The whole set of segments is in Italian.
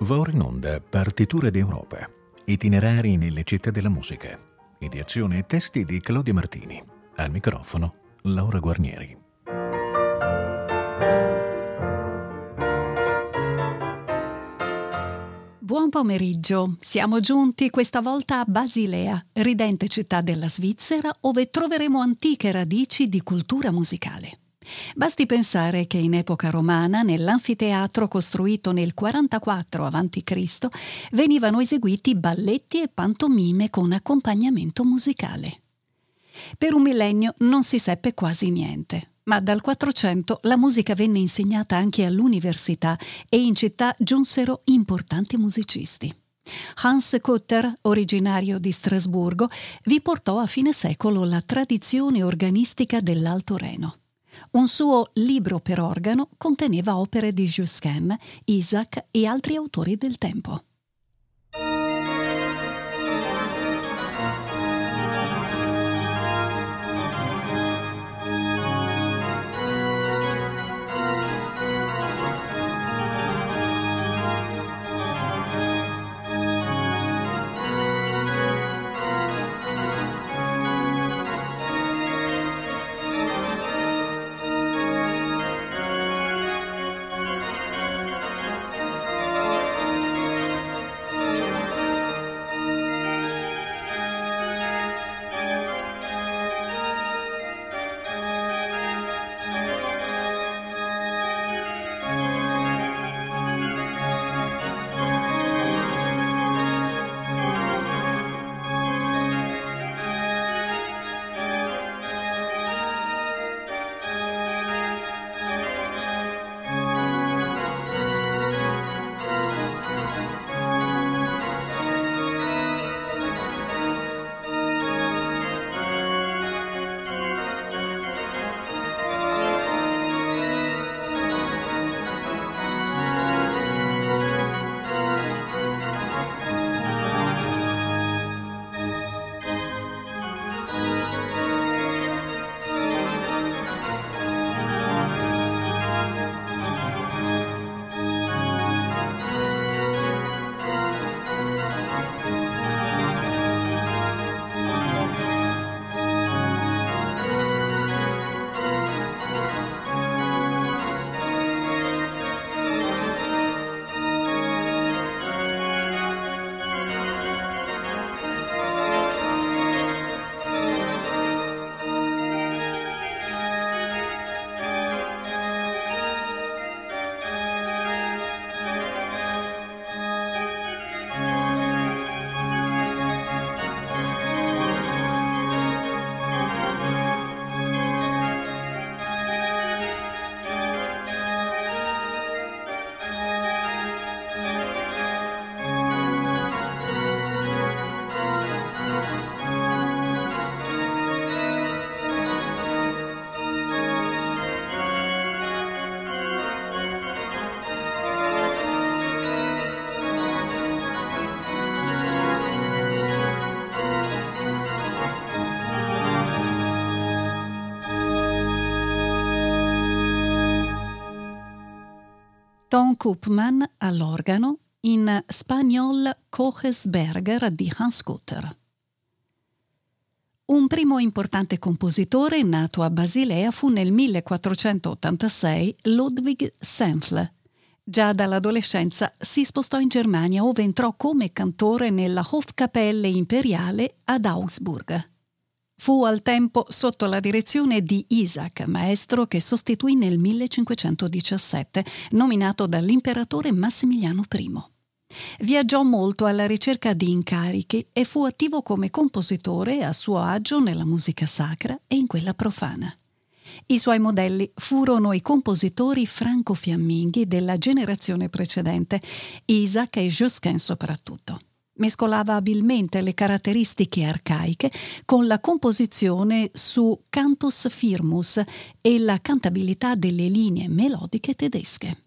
Va ora in onda Partiture d'Europa, itinerari nelle città della musica. Ideazione e testi di Claudia Martini. Al microfono Laura Guarnieri. Buon pomeriggio, siamo giunti questa volta a Basilea, ridente città della Svizzera, ove troveremo antiche radici di cultura musicale. Basti pensare che in epoca romana, nell'anfiteatro costruito nel 44 a.C., venivano eseguiti balletti e pantomime con accompagnamento musicale. Per un millennio non si seppe quasi niente, ma dal 400 la musica venne insegnata anche all'università e in città giunsero importanti musicisti. Hans Kutter, originario di Strasburgo, vi portò a fine secolo la tradizione organistica dell'Alto Reno. Un suo libro per organo conteneva opere di Josquin, Isaac e altri autori del tempo. Tom Koopman all'organo in Spagnol Kochesberger di Hans Kutter. Un primo importante compositore nato a Basilea fu nel 1486 Ludwig Senfl. Già dall'adolescenza si spostò in Germania, ove entrò come cantore nella Hofkapelle imperiale ad Augsburg. Fu al tempo sotto la direzione di Isaac, maestro che sostituì nel 1517, nominato dall'imperatore Massimiliano I. Viaggiò molto alla ricerca di incarichi e fu attivo come compositore a suo agio nella musica sacra e in quella profana. I suoi modelli furono i compositori franco-fiamminghi della generazione precedente, Isaac e Josquin soprattutto. Mescolava abilmente le caratteristiche arcaiche con la composizione su cantus firmus e la cantabilità delle linee melodiche tedesche.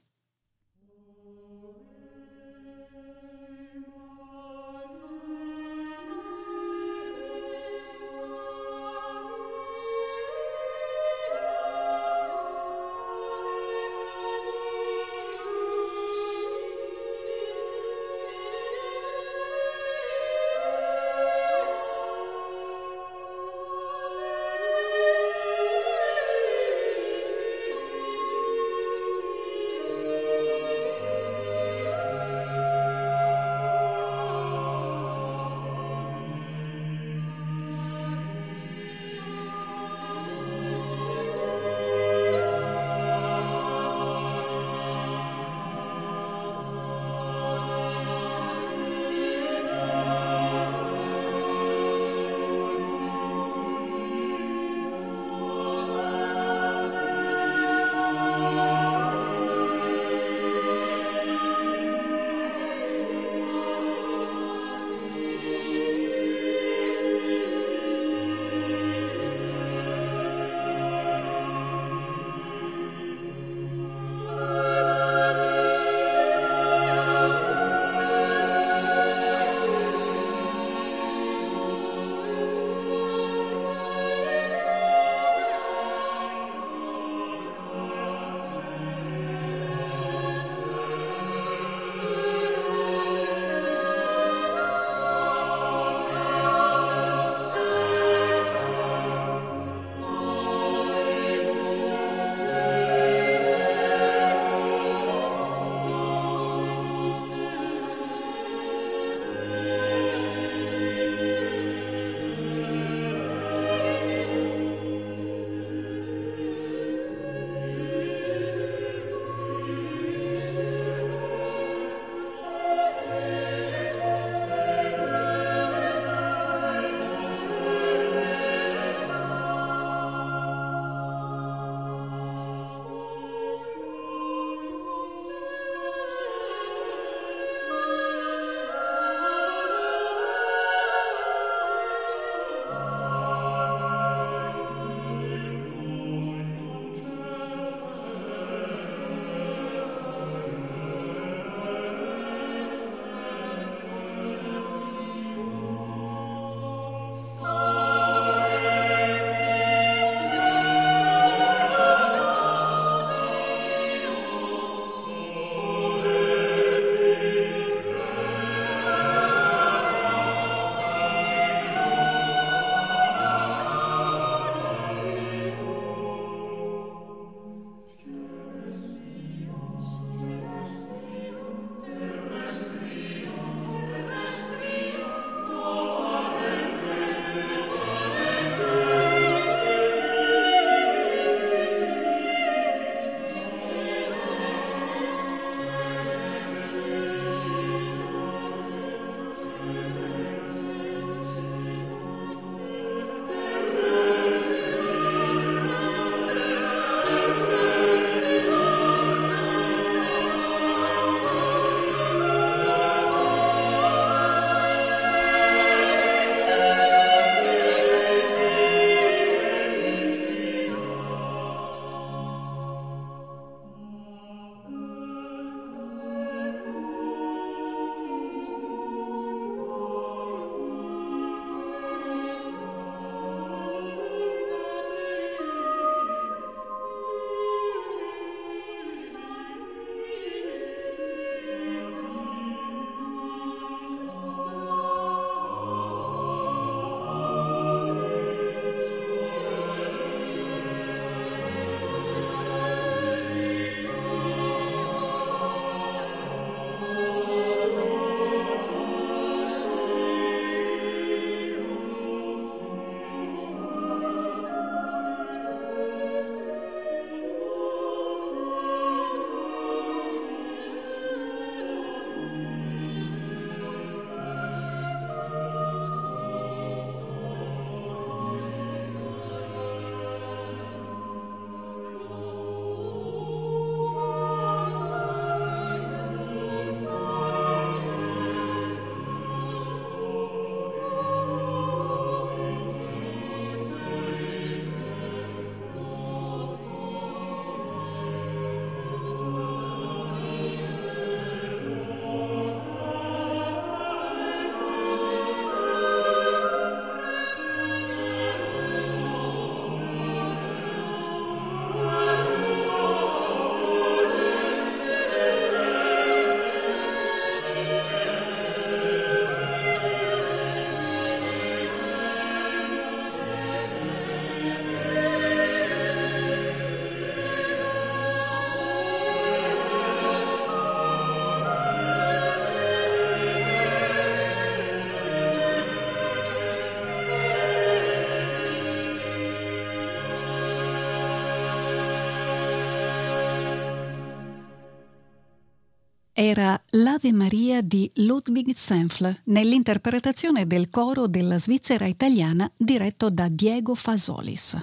era l'Ave Maria di Ludwig Senfl nell'interpretazione del coro della Svizzera italiana diretto da Diego Fasolis.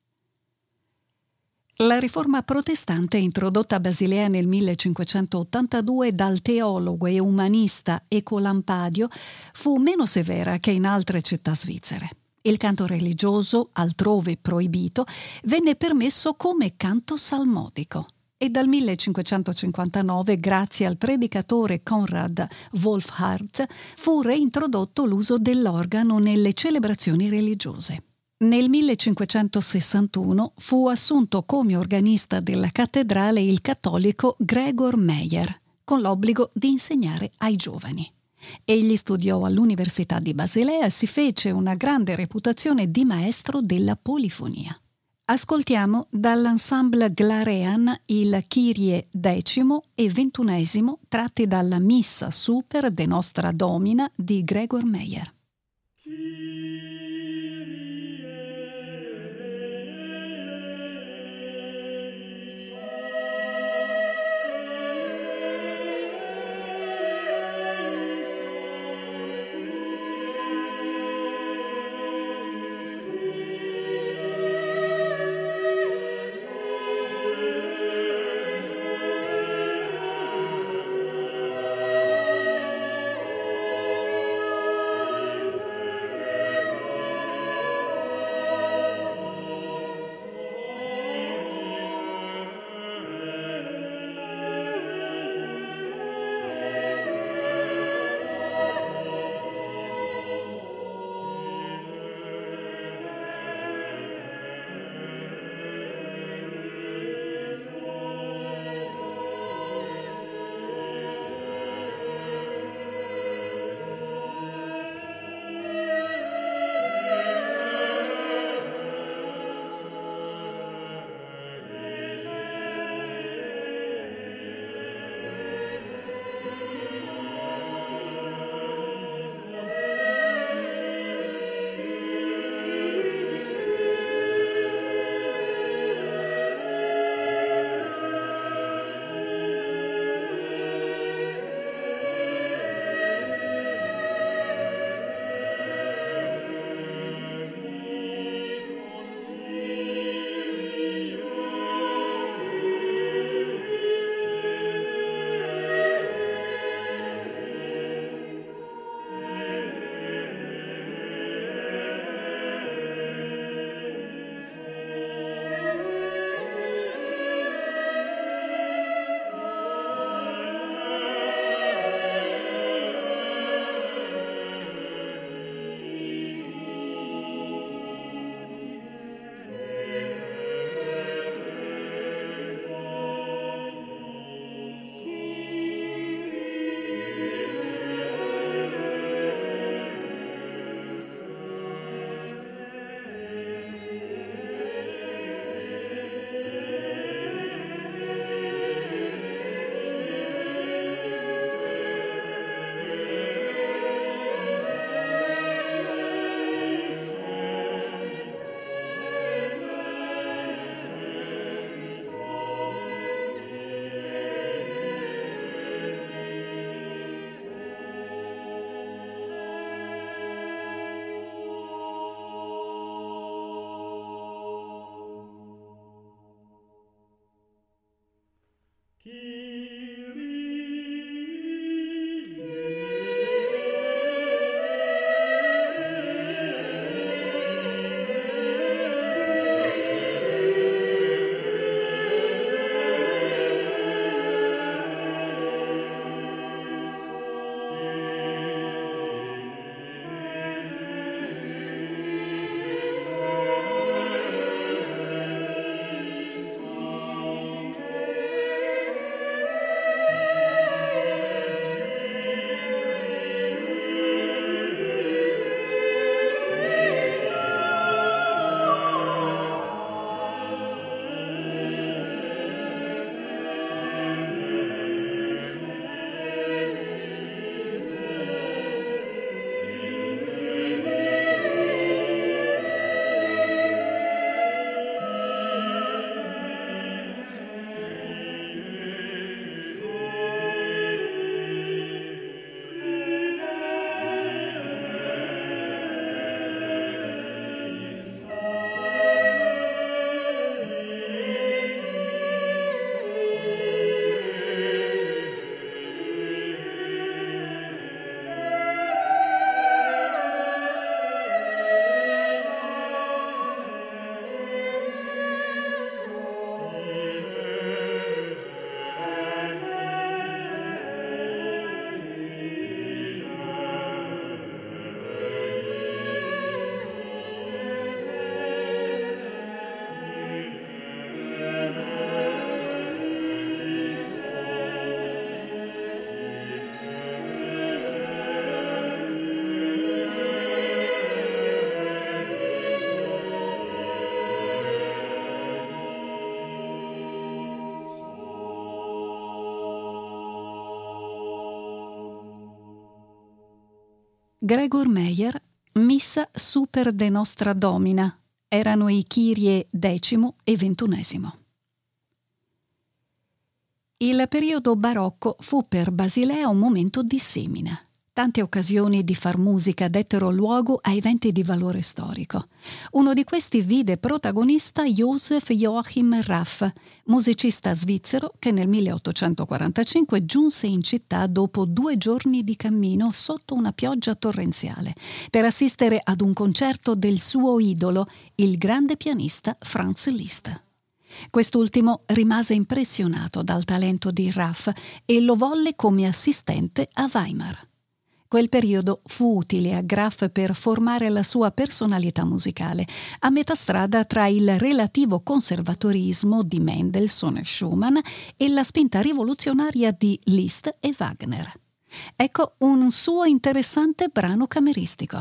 La riforma protestante, introdotta a Basilea nel 1582 dal teologo e umanista Ecolampadio, fu meno severa che in altre città svizzere. Il canto religioso, altrove proibito, venne permesso come canto salmodico e dal 1559, grazie al predicatore Konrad Wolfhard, fu reintrodotto l'uso dell'organo nelle celebrazioni religiose. Nel 1561 fu assunto come organista della cattedrale il cattolico Gregor Meyer, con l'obbligo di insegnare ai giovani. Egli studiò all'Università di Basilea e si fece una grande reputazione di maestro della polifonia. Ascoltiamo dall'ensemble Glarean il Kyrie X e XXI tratti dalla Missa Super de Nostra Domina di Gregor Meyer. Gregor Meyer, Missa super de nostra Domina, erano i Kyrie X e XXI. Il periodo barocco fu per Basilea un momento di semina. Tante occasioni di far musica dettero luogo a eventi di valore storico. Uno di questi vide protagonista Joseph Joachim Raff, musicista svizzero che nel 1845 giunse in città dopo 2 giorni di cammino sotto una pioggia torrenziale per assistere ad un concerto del suo idolo, il grande pianista Franz Liszt. Quest'ultimo rimase impressionato dal talento di Raff e lo volle come assistente a Weimar. Quel periodo fu utile a Graf per formare la sua personalità musicale, a metà strada tra il relativo conservatorismo di Mendelssohn e Schumann e la spinta rivoluzionaria di Liszt e Wagner. Ecco un suo interessante brano cameristico.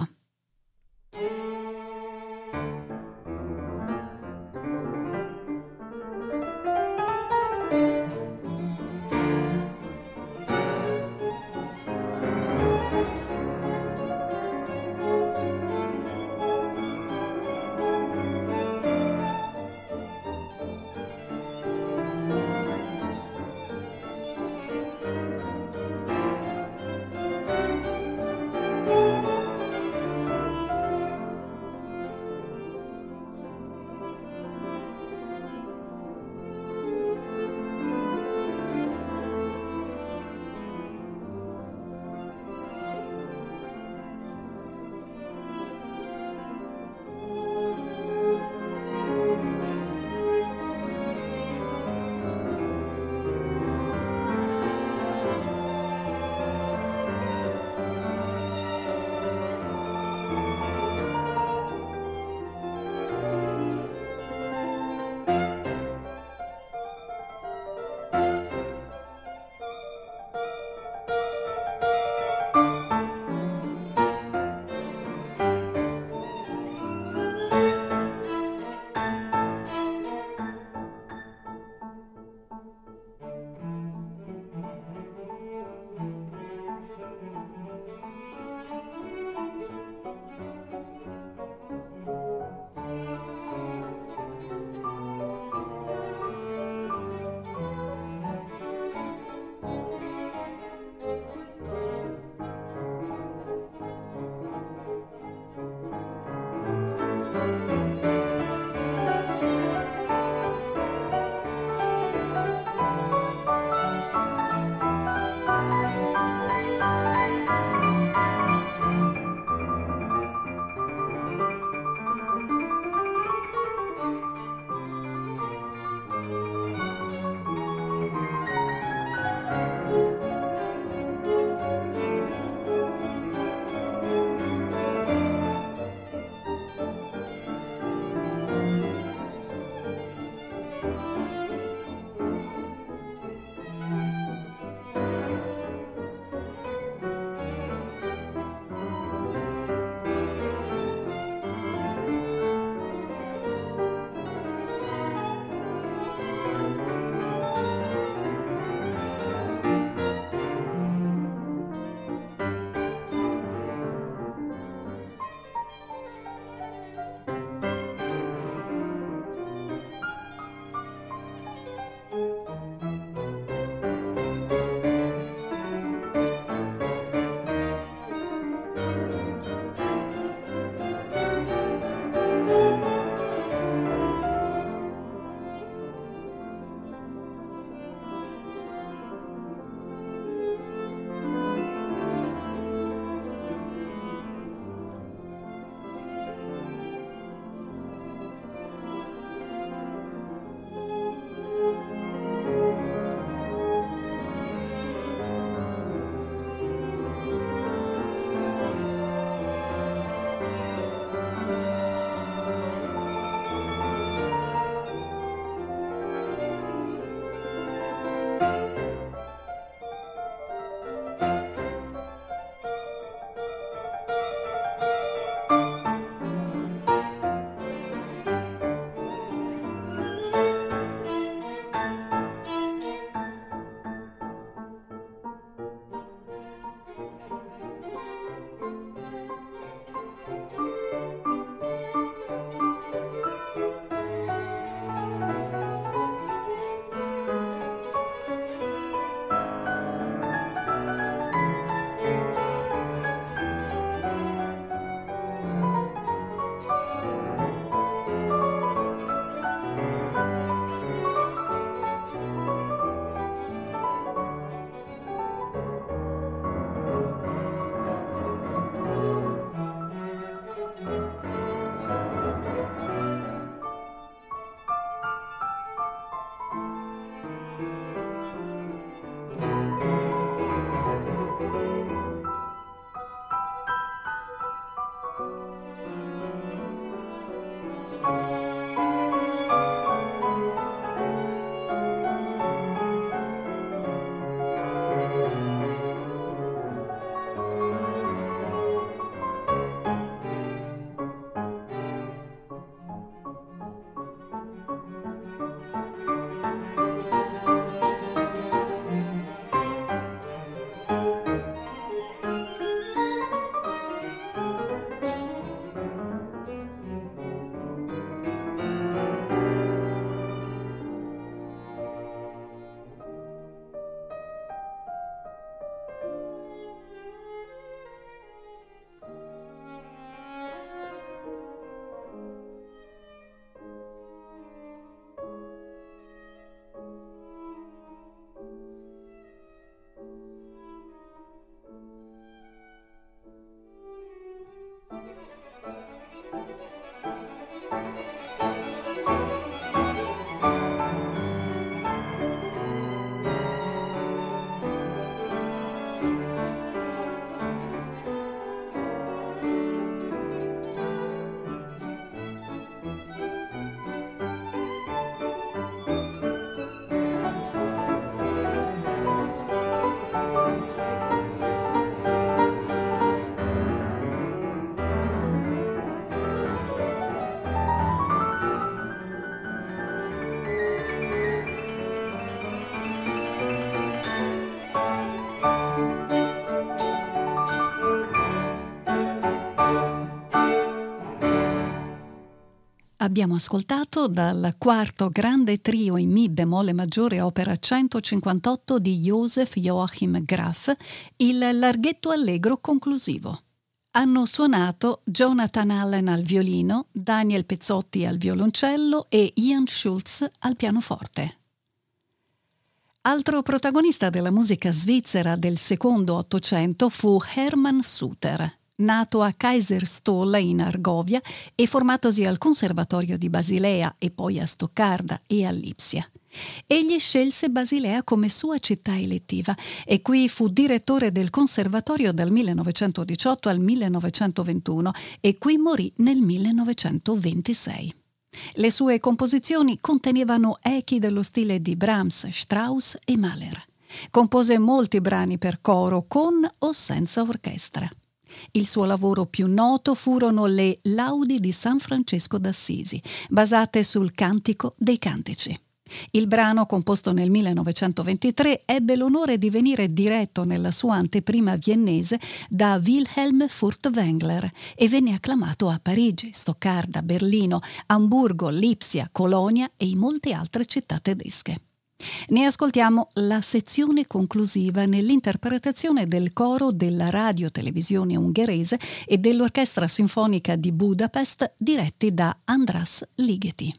Abbiamo ascoltato dal quarto grande trio in Mi bemolle maggiore opera 158 di Joseph Joachim Graf il larghetto allegro conclusivo. Hanno suonato Jonathan Allen al violino, Daniel Pezzotti al violoncello e Ian Schulz al pianoforte. Altro protagonista della musica svizzera del secondo Ottocento fu Hermann Suter, nato a Kaiserstuhl in Argovia e formatosi al Conservatorio di Basilea e poi a Stoccarda e a Lipsia. Egli scelse Basilea come sua città elettiva e qui fu direttore del conservatorio dal 1918 al 1921 e qui morì nel 1926. Le sue composizioni contenevano echi dello stile di Brahms, Strauss e Mahler. Compose molti brani per coro con o senza orchestra. Il suo lavoro più noto furono le Laudi di San Francesco d'Assisi, basate sul Cantico dei Cantici. Il brano, composto nel 1923, ebbe l'onore di venire diretto nella sua anteprima viennese da Wilhelm Furtwängler e venne acclamato a Parigi, Stoccarda, Berlino, Amburgo, Lipsia, Colonia e in molte altre città tedesche. Ne ascoltiamo la sezione conclusiva nell'interpretazione del coro della radio-televisione ungherese e dell'Orchestra Sinfonica di Budapest diretti da András Ligeti.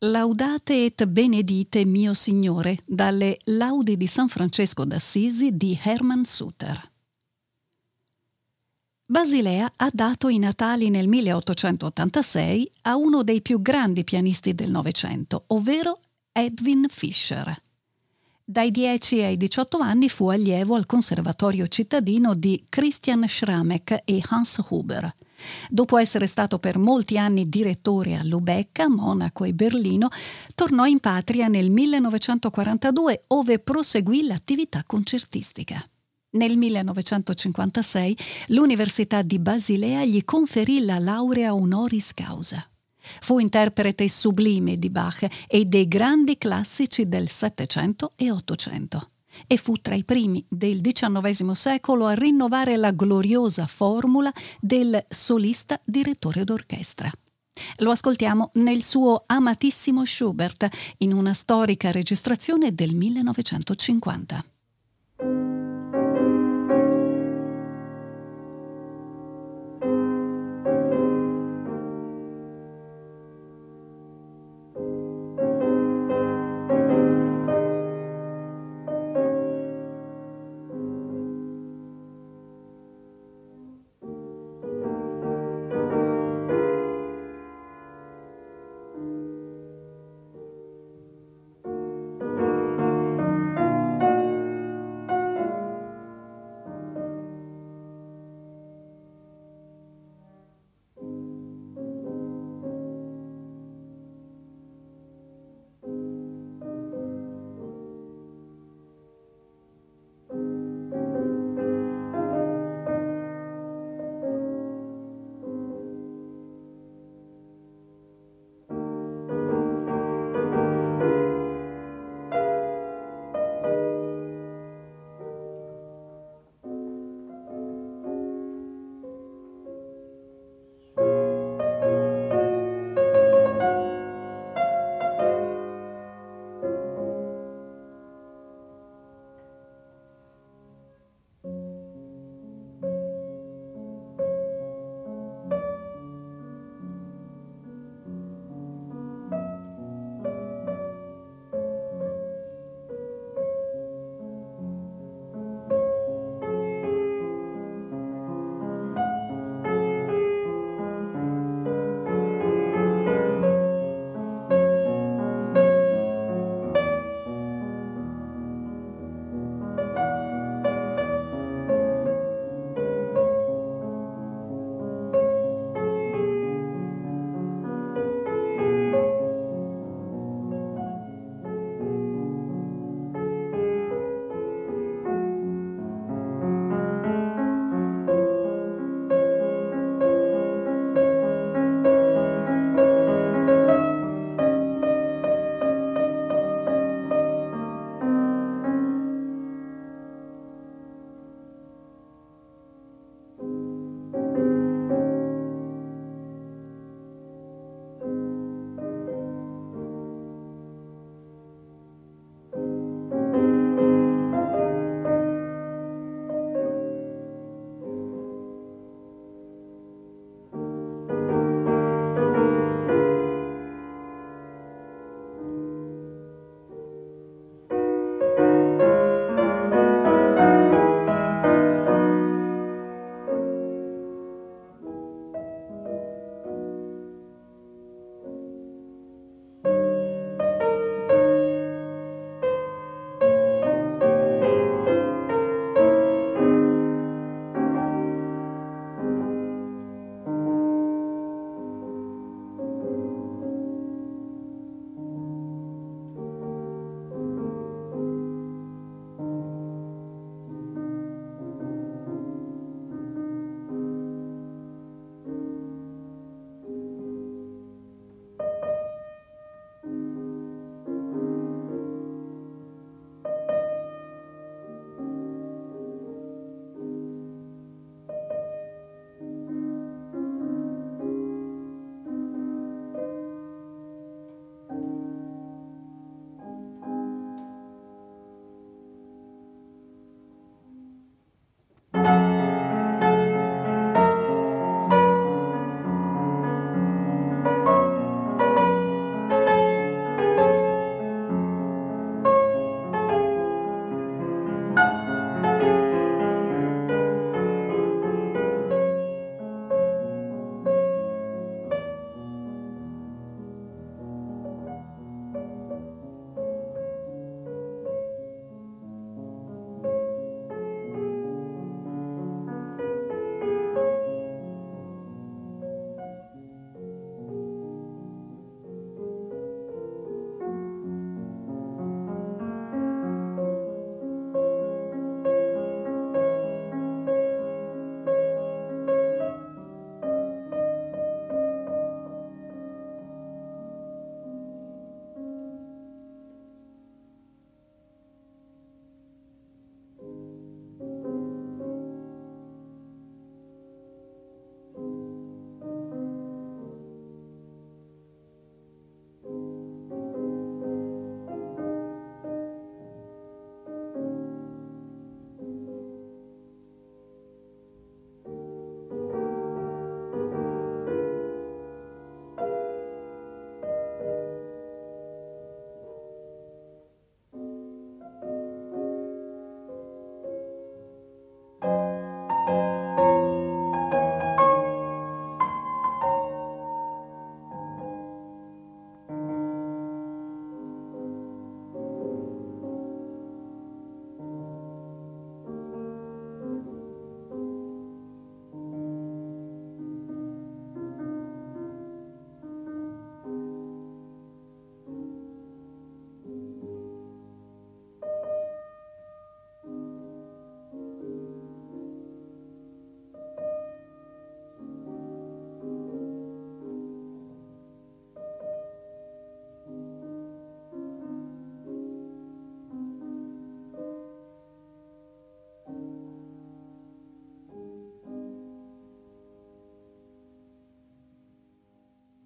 Laudate et benedite mio Signore, dalle Laudi di San Francesco d'Assisi di Hermann Suter. Basilea ha dato i natali nel 1886 a uno dei più grandi pianisti del Novecento, ovvero Edwin Fischer. Dai 10 ai 18 anni fu allievo al Conservatorio cittadino di Christian Schramek e Hans Huber. Dopo essere stato per molti anni direttore a Lubecca, Monaco e Berlino, tornò in patria nel 1942, ove proseguì l'attività concertistica. Nel 1956 l'Università di Basilea gli conferì la laurea honoris causa. Fu interprete sublime di Bach e dei grandi classici del Settecento e Ottocento e fu tra i primi del XIX secolo a rinnovare la gloriosa formula del solista direttore d'orchestra. Lo ascoltiamo nel suo amatissimo Schubert in una storica registrazione del 1950.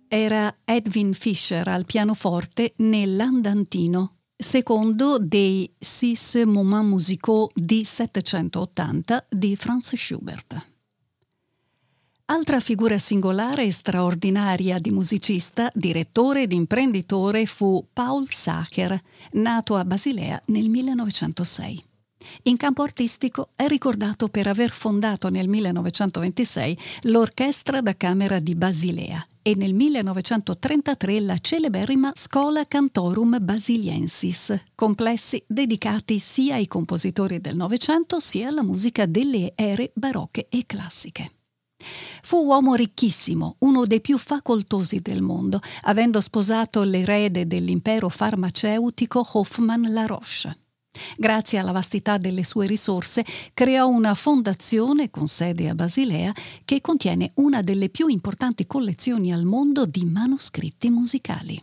era Edwin Fischer al pianoforte nell'Andantino, secondo dei Six Moments Musicaux di 780 di Franz Schubert. Altra figura singolare e straordinaria di musicista, direttore ed imprenditore fu Paul Sacher, nato a Basilea nel 1906. In campo artistico è ricordato per aver fondato nel 1926 l'Orchestra da Camera di Basilea e nel 1933 la celeberrima Schola Cantorum Basiliensis, complessi dedicati sia ai compositori del Novecento sia alla musica delle ere barocche e classiche. Fu uomo ricchissimo, uno dei più facoltosi del mondo, avendo sposato l'erede dell'impero farmaceutico Hoffmann La Roche. Grazie alla vastità delle sue risorse, creò una fondazione con sede a Basilea che contiene una delle più importanti collezioni al mondo di manoscritti musicali.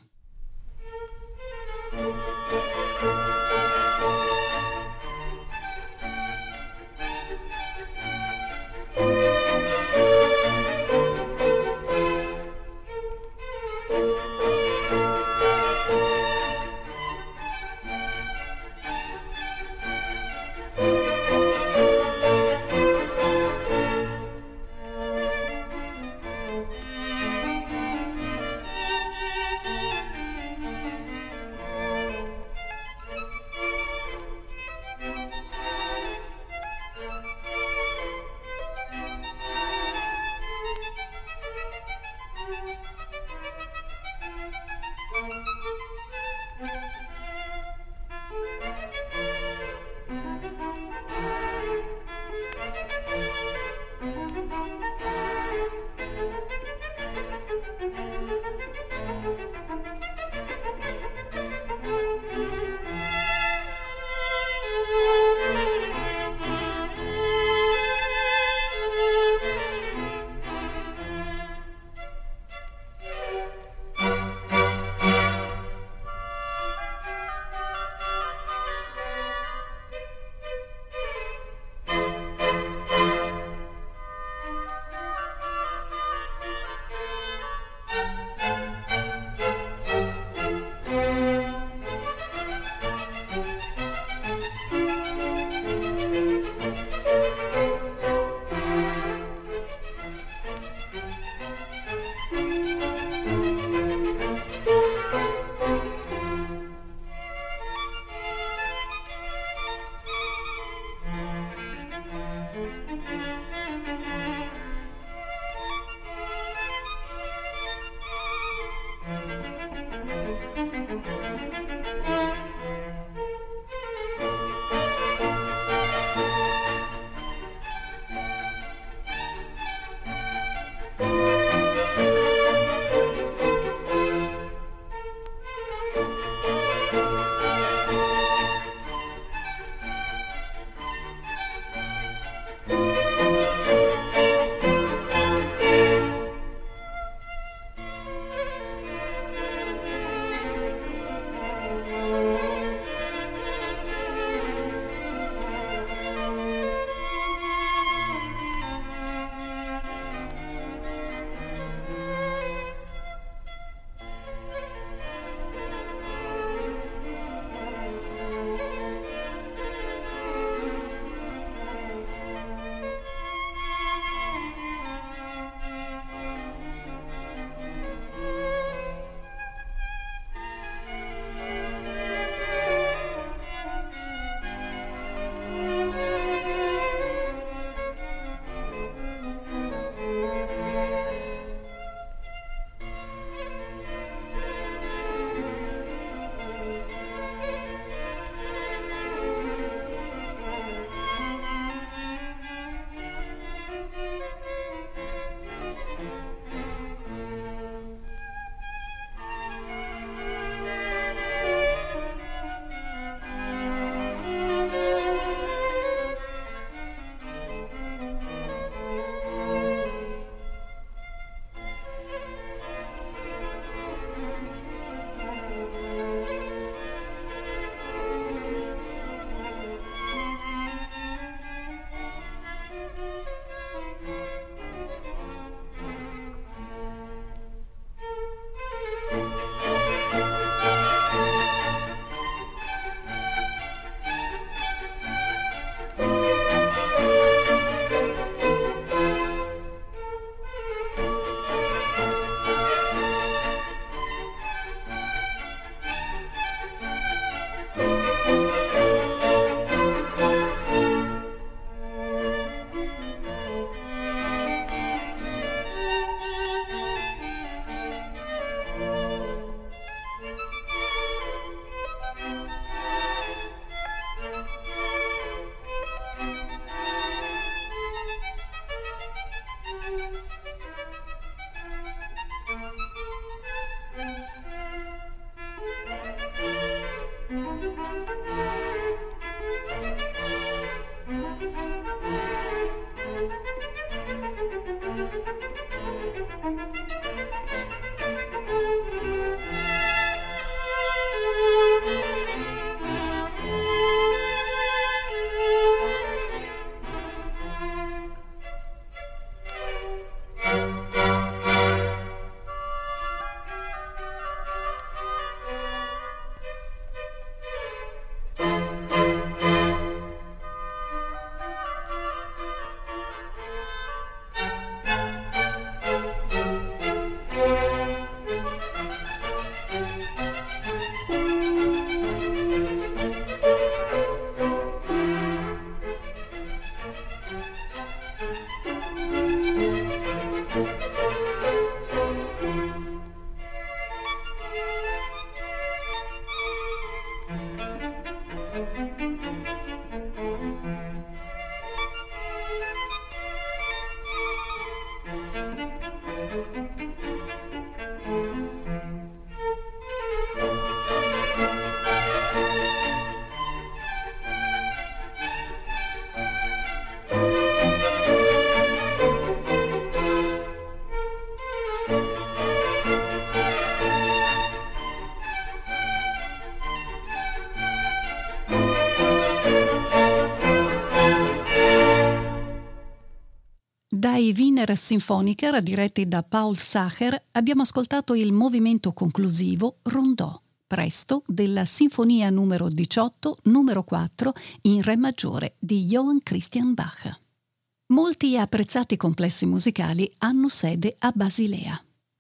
Dai Wiener Symphoniker, diretti da Paul Sacher, abbiamo ascoltato il movimento conclusivo Rondò, presto della Sinfonia numero 18, numero 4, in Re maggiore di Johann Christian Bach. Molti apprezzati complessi musicali hanno sede a Basilea.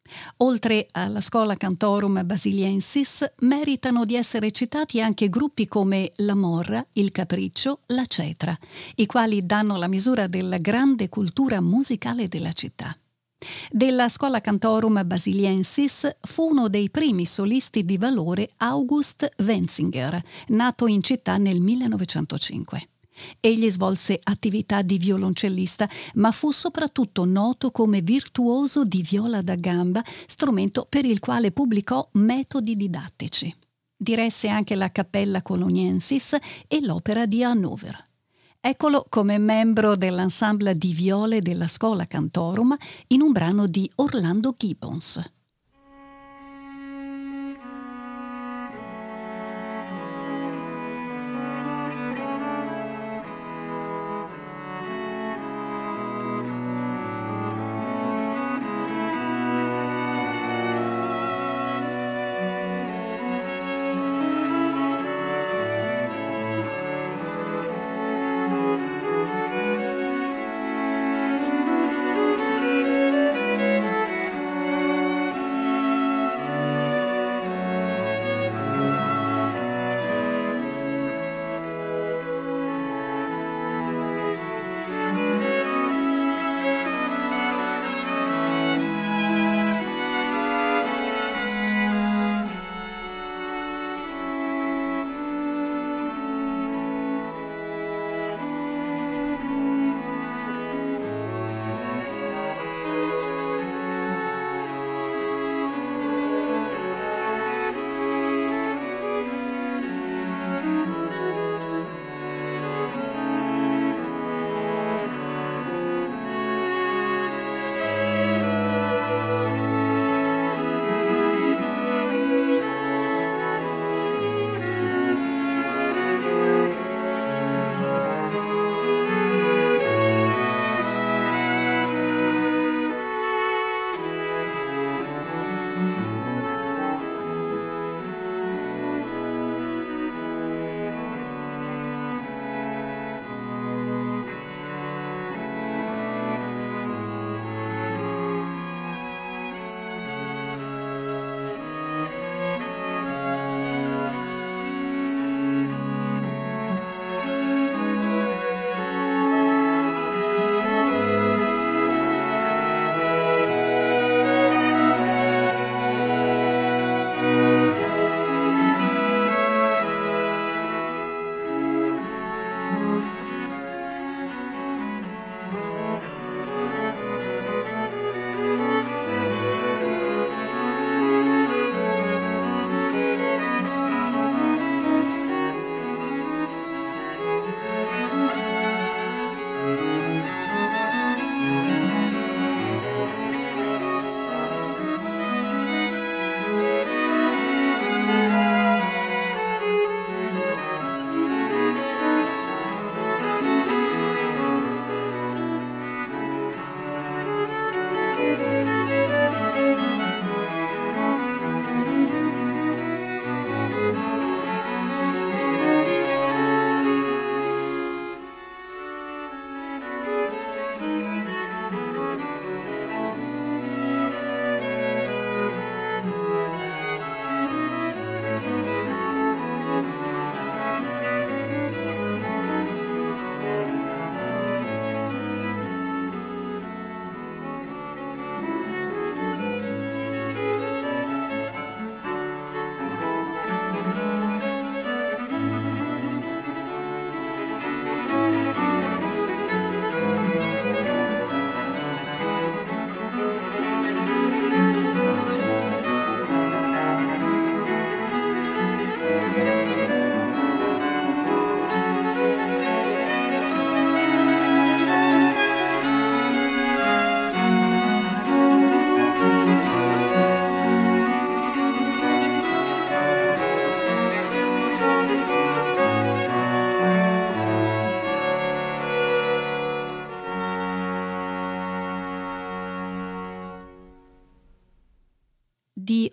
Oltre alla Schola Cantorum Basiliensis, meritano di essere citati anche gruppi come La Morra, Il Capriccio, La Cetra, i quali danno la misura della grande cultura musicale della città. Della Schola Cantorum Basiliensis fu uno dei primi solisti di valore August Wenzinger, nato in città nel 1905. Egli svolse attività di violoncellista, ma fu soprattutto noto come virtuoso di viola da gamba, strumento per il quale pubblicò metodi didattici. Diresse anche la Cappella Coloniensis e l'Opera di Hannover. Eccolo come membro dell'ensemble di viole della Schola Cantorum in un brano di Orlando Gibbons.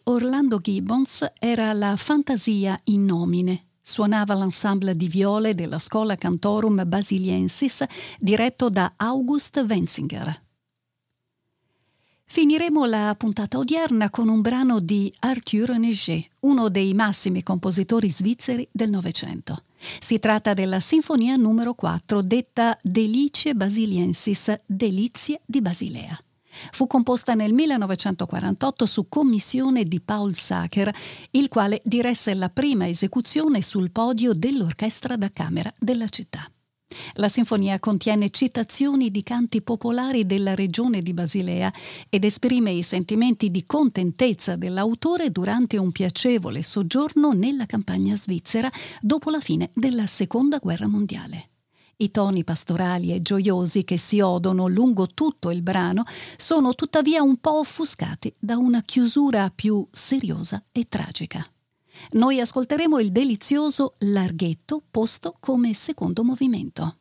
Orlando Gibbons era la fantasia in nomine. Suonava l'ensemble di viole della Schola Cantorum Basiliensis diretto da August Wenzinger. Finiremo la puntata odierna con un brano di Arthur Nege, uno dei massimi compositori svizzeri del Novecento. Si tratta della Sinfonia numero 4, detta Delicie Basiliensis, Delizie di Basilea. Fu composta nel 1948 su commissione di Paul Sacher, il quale diresse la prima esecuzione sul podio dell'orchestra da camera della città. La sinfonia contiene citazioni di canti popolari della regione di Basilea ed esprime i sentimenti di contentezza dell'autore durante un piacevole soggiorno nella campagna svizzera dopo la fine della Seconda Guerra Mondiale. I toni pastorali e gioiosi che si odono lungo tutto il brano sono tuttavia un po' offuscati da una chiusura più seriosa e tragica. Noi ascolteremo il delizioso Larghetto posto come secondo movimento.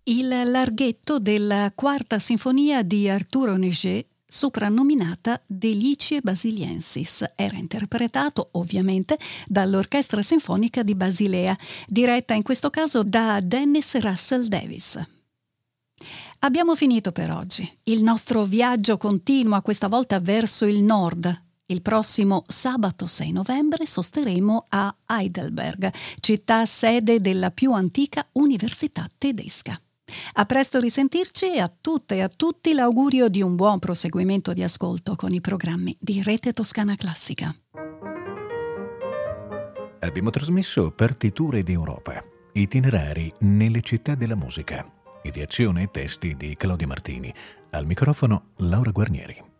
il larghetto della quarta sinfonia di Arturo Néger, soprannominata Delicie Basiliensis. Era interpretato ovviamente dall'Orchestra Sinfonica di Basilea, diretta in questo caso da Dennis Russell Davies. Abbiamo finito per oggi. Il nostro viaggio continua questa volta verso il nord. Il prossimo sabato 6 novembre sosteremo a Heidelberg, città sede della più antica università tedesca. A presto risentirci e a tutte e a tutti l'augurio di un buon proseguimento di ascolto con i programmi di Rete Toscana Classica. Abbiamo trasmesso Partiture d'Europa, itinerari nelle città della musica, ideazione e testi di Claudia Martini. Al microfono Laura Guarnieri.